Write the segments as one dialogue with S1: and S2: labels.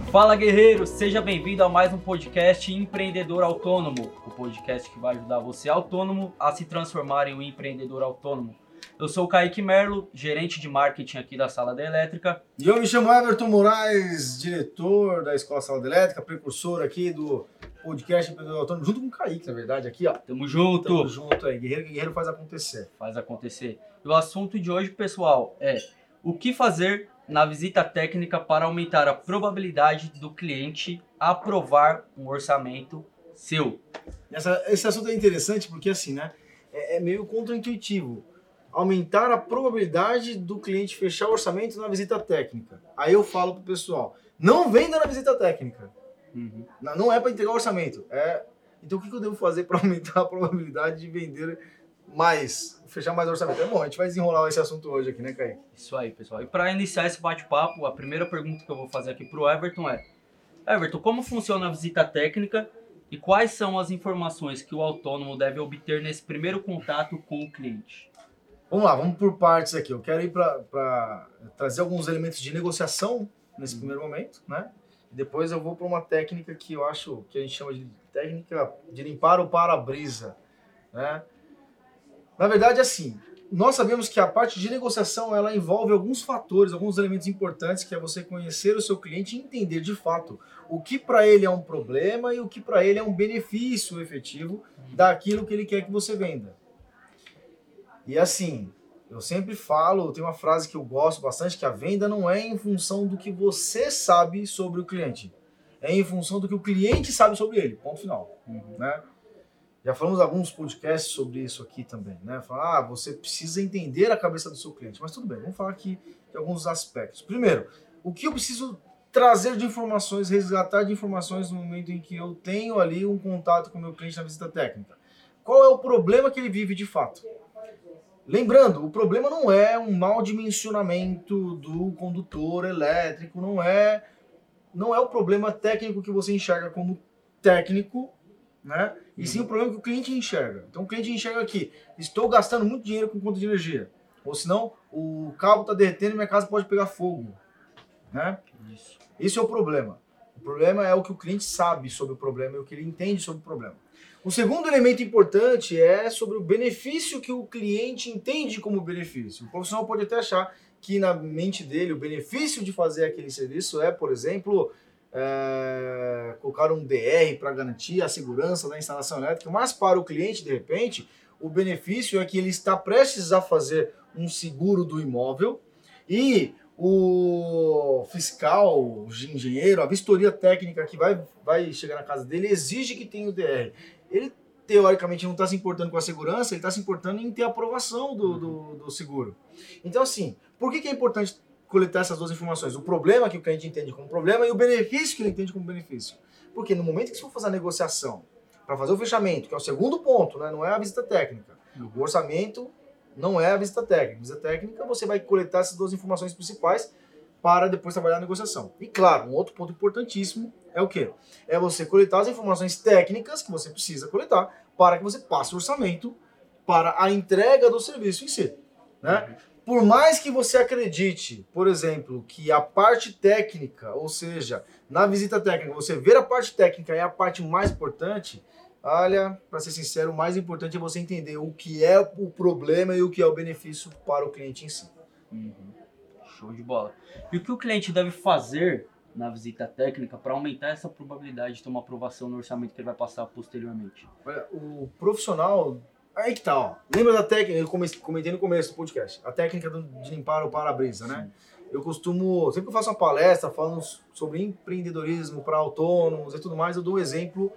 S1: Fala, guerreiro! Seja bem-vindo a mais um podcast Empreendedor Autônomo, o podcast que vai ajudar você autônomo a se transformar em um empreendedor autônomo. Eu sou o Kaique Merlo, gerente de marketing aqui da Sala da Elétrica.
S2: E eu me chamo Everton Moraes, diretor da Escola Sala da Elétrica, precursor aqui do podcast Empreendedor Autônomo, junto com o Kaique, na verdade, aqui, ó.
S1: Tamo junto!
S2: Tamo junto aí, guerreiro faz acontecer.
S1: Faz acontecer. E o assunto de hoje, pessoal, é o que fazer na visita técnica para aumentar a probabilidade do cliente aprovar um orçamento seu.
S2: Esse assunto é interessante porque, assim, né, é meio contraintuitivo. Aumentar a probabilidade do cliente fechar o orçamento na visita técnica. Aí eu falo pro pessoal, não venda na visita técnica.
S1: Uhum.
S2: Não é para entregar o orçamento. Então o que eu devo fazer para aumentar a probabilidade de vender mais, fechar mais orçamento? Bom, a gente vai desenrolar esse assunto hoje aqui, né, Kaique?
S1: Isso aí, pessoal. E para iniciar esse bate-papo, a primeira pergunta que eu vou fazer aqui pro Everton é: Everton, como funciona a visita técnica e quais são as informações que o autônomo deve obter nesse primeiro contato com o cliente?
S2: Vamos lá, vamos por partes aqui. Eu quero ir para trazer alguns elementos de negociação nesse primeiro momento, né? E depois eu vou para uma técnica que eu acho que a gente chama de técnica de limpar o para-brisa, né? Na verdade, assim, nós sabemos que a parte de negociação ela envolve alguns fatores, alguns elementos importantes, que é você conhecer o seu cliente e entender de fato o que para ele é um problema e o que para ele é um benefício efetivo daquilo que ele quer que você venda. E assim, eu sempre falo, tem uma frase que eu gosto bastante, que a venda não é em função do que você sabe sobre o cliente, é em função do que o cliente sabe sobre ele, ponto final, né? Já falamos alguns podcasts sobre isso aqui também, né? Falar, você precisa entender a cabeça do seu cliente, mas tudo bem, vamos falar aqui de alguns aspectos. Primeiro, o que eu preciso trazer de informações, resgatar de informações no momento em que eu tenho ali um contato com o meu cliente na visita técnica? Qual é o problema que ele vive de fato? Lembrando, o problema não é um mau dimensionamento do condutor elétrico, não é o problema técnico que você enxerga como técnico, né? E sim o problema que o cliente enxerga. Então o cliente enxerga aqui, estou gastando muito dinheiro com conta de energia, ou senão o cabo está derretendo e minha casa pode pegar fogo, né?
S1: Isso.
S2: Esse é o problema. O problema é o que o cliente sabe sobre o problema e o que ele entende sobre o problema. O segundo elemento importante é sobre o benefício que o cliente entende como benefício. O profissional pode até achar que na mente dele o benefício de fazer aquele serviço é, por exemplo, colocar um DR para garantir a segurança da instalação elétrica, mas para o cliente, de repente, o benefício é que ele está prestes a fazer um seguro do imóvel e o fiscal, o engenheiro, a vistoria técnica que vai chegar na casa dele exige que tenha o DR. Ele, teoricamente, não está se importando com a segurança, ele está se importando em ter a aprovação do seguro. Então, assim, por que é importante coletar essas duas informações? O problema que o cliente entende como problema e o benefício que ele entende como benefício. Porque no momento que você for fazer a negociação, para fazer o fechamento, que é o segundo ponto, né, não é a visita técnica. O orçamento não é a visita técnica. A visita técnica, você vai coletar essas duas informações principais para depois trabalhar a negociação. E claro, um outro ponto importantíssimo é o quê? É você coletar as informações técnicas que você precisa coletar para que você passe o orçamento para a entrega do serviço em si, né? Por mais que você acredite, por exemplo, que a parte técnica, ou seja, na visita técnica, você ver a parte técnica é a parte mais importante, olha, para ser sincero, o mais importante é você entender o que é o problema e o que é o benefício para o cliente em si.
S1: Show de bola. E o que o cliente deve fazer na visita técnica para aumentar essa probabilidade de ter uma aprovação no orçamento que ele vai passar posteriormente?
S2: Olha, o profissional... Aí que tá, ó. Lembra da técnica, eu comentei no começo do podcast, a técnica de limpar o para-brisa, né? Eu costumo, sempre que eu faço uma palestra falando sobre empreendedorismo para autônomos e tudo mais, eu dou um exemplo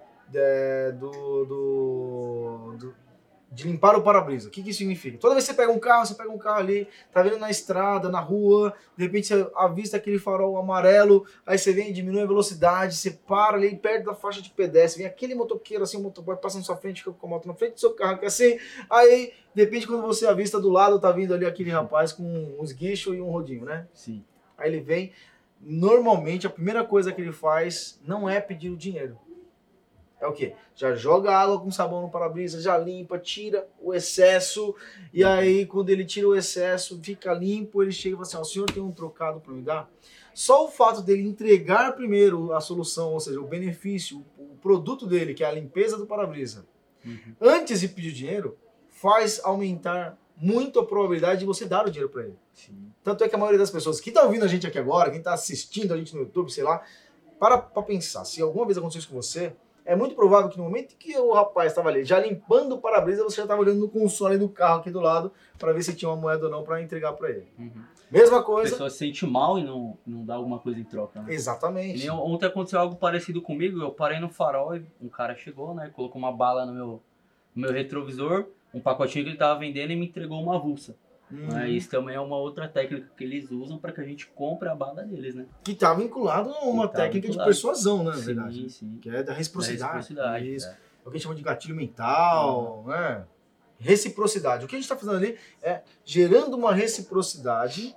S2: de limpar o para-brisa. O que isso significa? Toda vez que você pega um carro ali, tá vendo na estrada, na rua, de repente você avista aquele farol amarelo, aí você vem e diminui a velocidade, você para ali perto da faixa de pedestre, vem aquele motoqueiro assim, um motoboy passa na sua frente, fica com a moto na frente do seu carro, que assim, aí de repente quando você avista do lado, tá vindo ali aquele rapaz com um esguicho e um rodinho, né?
S1: Sim.
S2: Aí ele vem, normalmente a primeira coisa que ele faz não é pedir o dinheiro. É o quê? Já joga água com sabão no para-brisa, já limpa, tira o excesso, e aí quando ele tira o excesso, fica limpo, ele chega e fala assim, ó, o senhor tem um trocado para me dar? Só o fato dele entregar primeiro a solução, ou seja, o benefício, o produto dele, que é a limpeza do para-brisa, antes de pedir dinheiro, faz aumentar muito a probabilidade de você dar o dinheiro para ele.
S1: Sim.
S2: Tanto é que a maioria das pessoas que está ouvindo a gente aqui agora, quem está assistindo a gente no YouTube, sei lá, para pensar, se alguma vez aconteceu isso com você, é muito provável que no momento que o rapaz estava ali já limpando o para-brisa, você já estava olhando no console do carro aqui do lado para ver se tinha uma moeda ou não para entregar para ele. Mesma
S1: A
S2: coisa.
S1: pessoa se sente mal e não dá alguma coisa em troca, né?
S2: Exatamente.
S1: Ontem aconteceu algo parecido comigo, eu parei no farol e um cara chegou, né? Colocou uma bala no meu retrovisor, um pacotinho que ele tava vendendo e me entregou uma avulsa. Isso também é uma outra técnica que eles usam para que a gente compre a bala deles, né?
S2: Que está vinculado a uma técnica de persuasão, né, na verdade.
S1: Sim.
S2: Que é da reciprocidade.
S1: Isso.
S2: É o que a gente chama de gatilho mental, né? Reciprocidade. O que a gente está fazendo ali é gerando uma reciprocidade.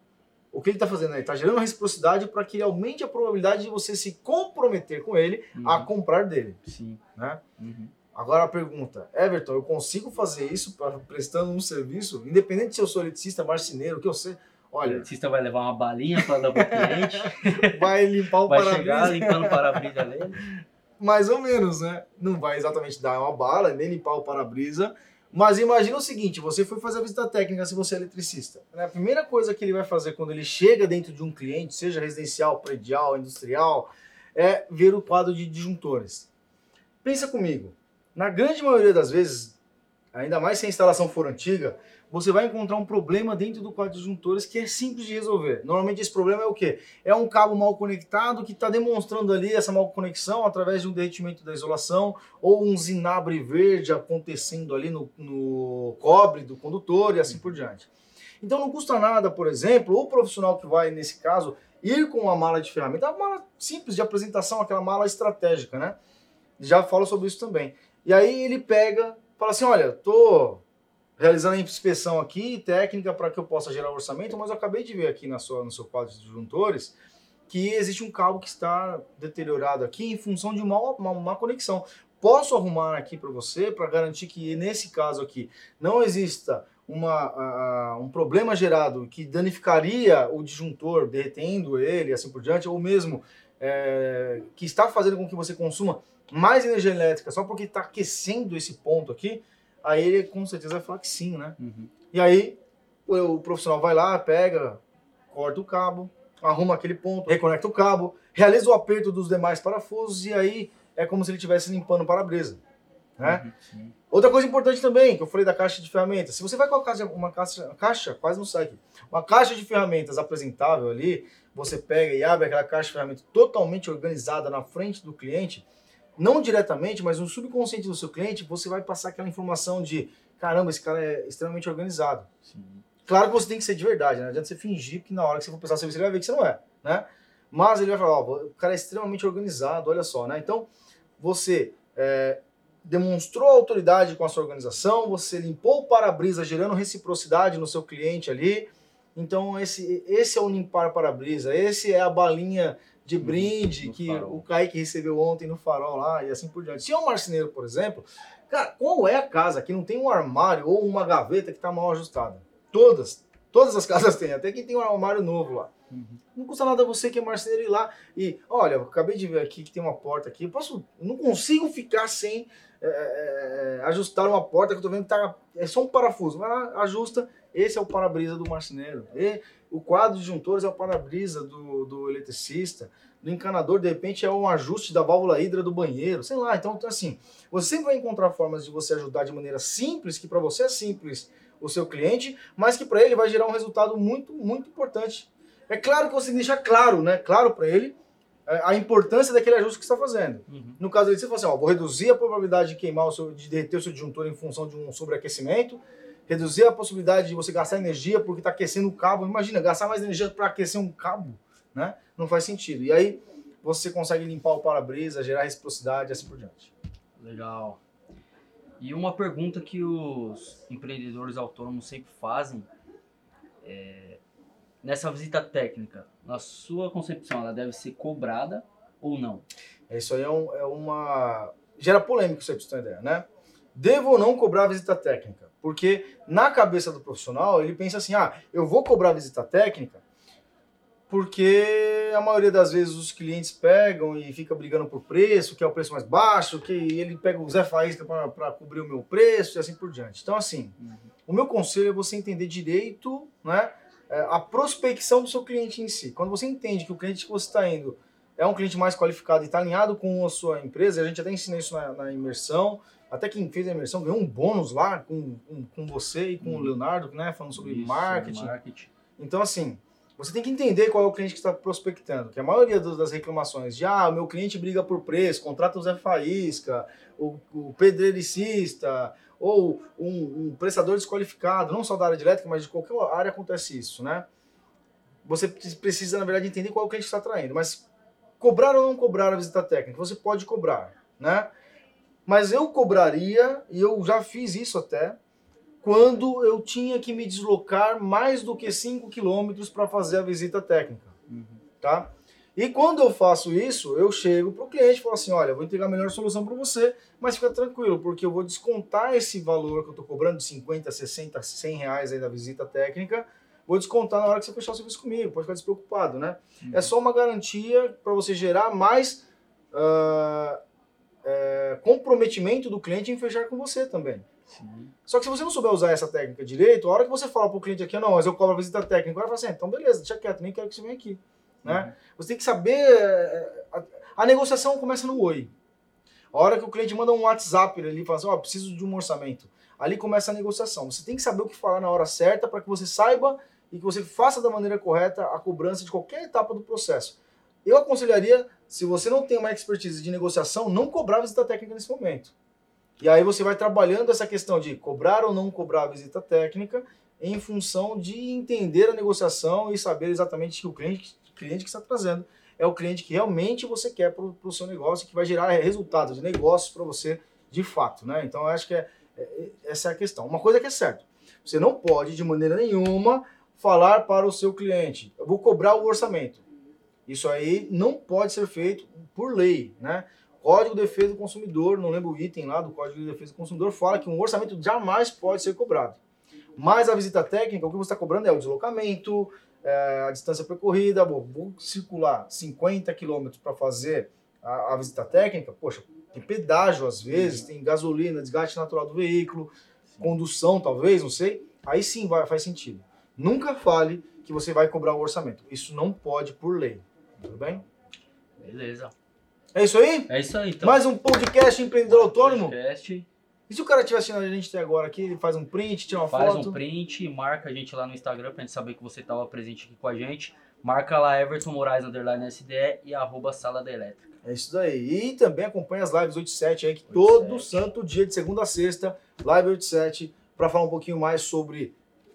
S2: O que ele está fazendo? Ele está gerando uma reciprocidade para que ele aumente a probabilidade de você se comprometer com ele a comprar dele.
S1: Sim.
S2: Né? Agora a pergunta, Everton, eu consigo fazer isso prestando um serviço, independente se eu sou eletricista, marceneiro, o que eu sei? Olha, o
S1: eletricista vai levar uma balinha para dar para o cliente,
S2: vai limpar o para-brisa.
S1: Vai chegar limpando o para-brisa dele.
S2: Mais ou menos, né? Não vai exatamente dar uma bala, nem limpar o para-brisa. Mas imagina o seguinte, você foi fazer a visita técnica se você é eletricista. A primeira coisa que ele vai fazer quando ele chega dentro de um cliente, seja residencial, predial, industrial, é ver o quadro de disjuntores. Pensa comigo, na grande maioria das vezes, ainda mais se a instalação for antiga, você vai encontrar um problema dentro do quadro de disjuntores que é simples de resolver. Normalmente esse problema é o quê? É um cabo mal conectado que está demonstrando ali essa mal conexão através de um derretimento da isolação ou um zinabre verde acontecendo ali no cobre do condutor e assim por diante. Então não custa nada, por exemplo, o profissional que vai, nesse caso, ir com uma mala de ferramenta, uma mala simples de apresentação, aquela mala estratégica, né? Já falo sobre isso também. E aí ele pega, fala assim, olha, tô realizando a inspeção aqui, técnica para que eu possa gerar orçamento, mas eu acabei de ver aqui no seu quadro de disjuntores que existe um cabo que está deteriorado aqui em função de uma conexão. Posso arrumar aqui para você, para garantir que nesse caso aqui não exista um problema gerado que danificaria o disjuntor, derretendo ele, assim por diante, ou mesmo que está fazendo com que você consuma mais energia elétrica só porque está aquecendo esse ponto aqui, aí ele com certeza vai falar que sim, né? E aí o profissional vai lá, pega, corta o cabo, arruma aquele ponto, reconecta o cabo, realiza o aperto dos demais parafusos e aí é como se ele estivesse limpando o para-brisa, né? Outra coisa importante também, que eu falei da caixa de ferramentas, se você vai colocar uma caixa, quase não sai aqui, uma caixa de ferramentas apresentável ali, você pega e abre aquela caixa de ferramentas totalmente organizada na frente do cliente, não diretamente, mas no subconsciente do seu cliente, você vai passar aquela informação de, caramba, esse cara é extremamente organizado. Sim. Claro que você tem que ser de verdade, não adianta você fingir que na hora que você for prestar serviço, ele vai ver que você não é, né? Mas ele vai falar, ó, o cara é extremamente organizado, olha só, né? Então, você demonstrou autoridade com a sua organização, você limpou o para-brisa, gerando reciprocidade no seu cliente ali. Então, esse é o limpar para-brisa, esse é a balinha de brinde que o Kaique recebeu ontem no farol lá e assim por diante. Se é um marceneiro, por exemplo, cara, qual é a casa que não tem um armário ou uma gaveta que está mal ajustada? Todas as casas têm, até quem tem um armário novo lá. Não custa nada você que é marceneiro ir lá e, olha, eu acabei de ver aqui que tem uma porta aqui, eu não consigo ficar sem ajustar uma porta que eu tô vendo que é só um parafuso. Vai lá, ajusta, esse é o para-brisa do marceneiro. E o quadro de disjuntores é o para-brisa do eletricista. Do encanador, de repente, é um ajuste da válvula hidra do banheiro, sei lá. Então, assim, você sempre vai encontrar formas de você ajudar de maneira simples, que para você é simples o seu cliente, mas que para ele vai gerar um resultado muito, muito importante. É claro que você tem que deixar claro, né? Claro para ele a importância daquele ajuste que você está fazendo. No caso dele, você fala assim, ó, vou reduzir a probabilidade de queimar de derreter o seu disjuntor em função de um sobreaquecimento, reduzir a possibilidade de você gastar energia porque está aquecendo o cabo. Imagina, gastar mais energia para aquecer um cabo, né? Não faz sentido. E aí você consegue limpar o para-brisa, gerar reciprocidade e assim por diante.
S1: Legal. E uma pergunta que os empreendedores autônomos sempre fazem nessa visita técnica, na sua concepção, ela deve ser cobrada ou não?
S2: Isso aí é uma gera polêmica, isso aí, pra você ter uma ideia, né? Devo ou não cobrar visita técnica? Porque na cabeça do profissional, ele pensa assim, eu vou cobrar visita técnica porque a maioria das vezes os clientes pegam e fica brigando por preço, que é o preço mais baixo, que ele pega o Zé Faísca para cobrir o meu preço e assim por diante. Então, assim, o meu conselho é você entender direito, né, a prospecção do seu cliente em si. Quando você entende que o cliente que você está indo é um cliente mais qualificado e está alinhado com a sua empresa, a gente até ensina isso na imersão, até quem fez a imersão ganhou um bônus lá com você e com o Leonardo, né, falando sobre marketing. Então, assim, você tem que entender qual é o cliente que está prospectando, que a maioria das reclamações de o meu cliente briga por preço, contrata o Zé Faísca, o pedreiricista, ou um prestador desqualificado, não só da área de elétrica, mas de qualquer área acontece isso, né? Você precisa, na verdade, entender qual é o cliente que está atraindo, mas cobrar ou não cobrar a visita técnica, você pode cobrar, né? Mas eu cobraria, e eu já fiz isso até, quando eu tinha que me deslocar mais do que 5 quilômetros para fazer a visita técnica, tá? E quando eu faço isso, eu chego para o cliente e falo assim, olha, eu vou entregar a melhor solução para você, mas fica tranquilo, porque eu vou descontar esse valor que eu estou cobrando de 50, 60, 100 reais aí da visita técnica, vou descontar na hora que você fechar o serviço comigo, pode ficar despreocupado, né? É só uma garantia para você gerar mais comprometimento do cliente em fechar com você também.
S1: Sim.
S2: Só que se você não souber usar essa técnica direito, a hora que você fala pro cliente aqui, não, mas eu cobro a visita técnica, agora fala assim, então beleza, deixa quieto, nem quero que você venha aqui. Né? Você tem que saber, a negociação começa no oi. A hora que o cliente manda um WhatsApp ali, fala assim, preciso de um orçamento. Ali começa a negociação. Você tem que saber o que falar na hora certa para que você saiba e que você faça da maneira correta a cobrança de qualquer etapa do processo. Eu aconselharia, se você não tem uma expertise de negociação, não cobrar a visita técnica nesse momento. E aí você vai trabalhando essa questão de cobrar ou não cobrar a visita técnica em função de entender a negociação e saber exatamente que o cliente que está trazendo é o cliente que realmente você quer para o seu negócio, que vai gerar resultados de negócios para você de fato, né? Então eu acho que essa é a questão. Uma coisa que é certa, você não pode de maneira nenhuma falar para o seu cliente, eu vou cobrar o orçamento. Isso aí não pode ser feito por lei, né? Código de Defesa do Consumidor, não lembro o item lá do Código de Defesa do Consumidor, fala que um orçamento jamais pode ser cobrado. Mas a visita técnica, o que você está cobrando é o deslocamento, a distância percorrida, vou circular 50 km para fazer a visita técnica, poxa, tem pedágio às vezes, tem gasolina, desgaste natural do veículo, condução talvez, não sei, aí sim faz sentido. Nunca fale que você vai cobrar o orçamento, isso não pode por lei, tudo bem?
S1: Beleza.
S2: É isso aí?
S1: É isso aí, então.
S2: Mais um podcast Empreendedor Autônomo?
S1: Podcast.
S2: E se o cara estiver assistindo a gente até agora aqui, ele faz um print, tira uma foto?
S1: Faz um print, marca a gente lá no Instagram pra gente saber que você estava presente aqui com a gente. Marca lá Everton Moraes _SDE e @Sala da Elétrica.
S2: É isso daí. E também acompanha as lives 87 aí, que todo santo dia, de segunda a sexta, live 87, para falar um pouquinho mais sobre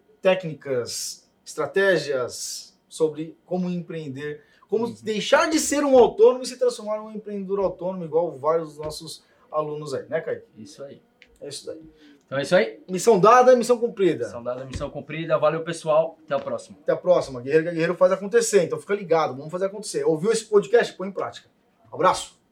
S2: técnicas, estratégias, sobre como empreender, como deixar de ser um autônomo e se transformar em um empreendedor autônomo, igual vários dos nossos alunos aí, né, Kaique?
S1: Isso aí.
S2: É isso daí.
S1: Então é isso aí.
S2: Missão dada, missão cumprida.
S1: Missão dada, missão cumprida. Valeu, pessoal. Até a próxima.
S2: Até a próxima. Guerreiro faz acontecer, então fica ligado. Vamos fazer acontecer. Ouviu esse podcast? Põe em prática. Um abraço.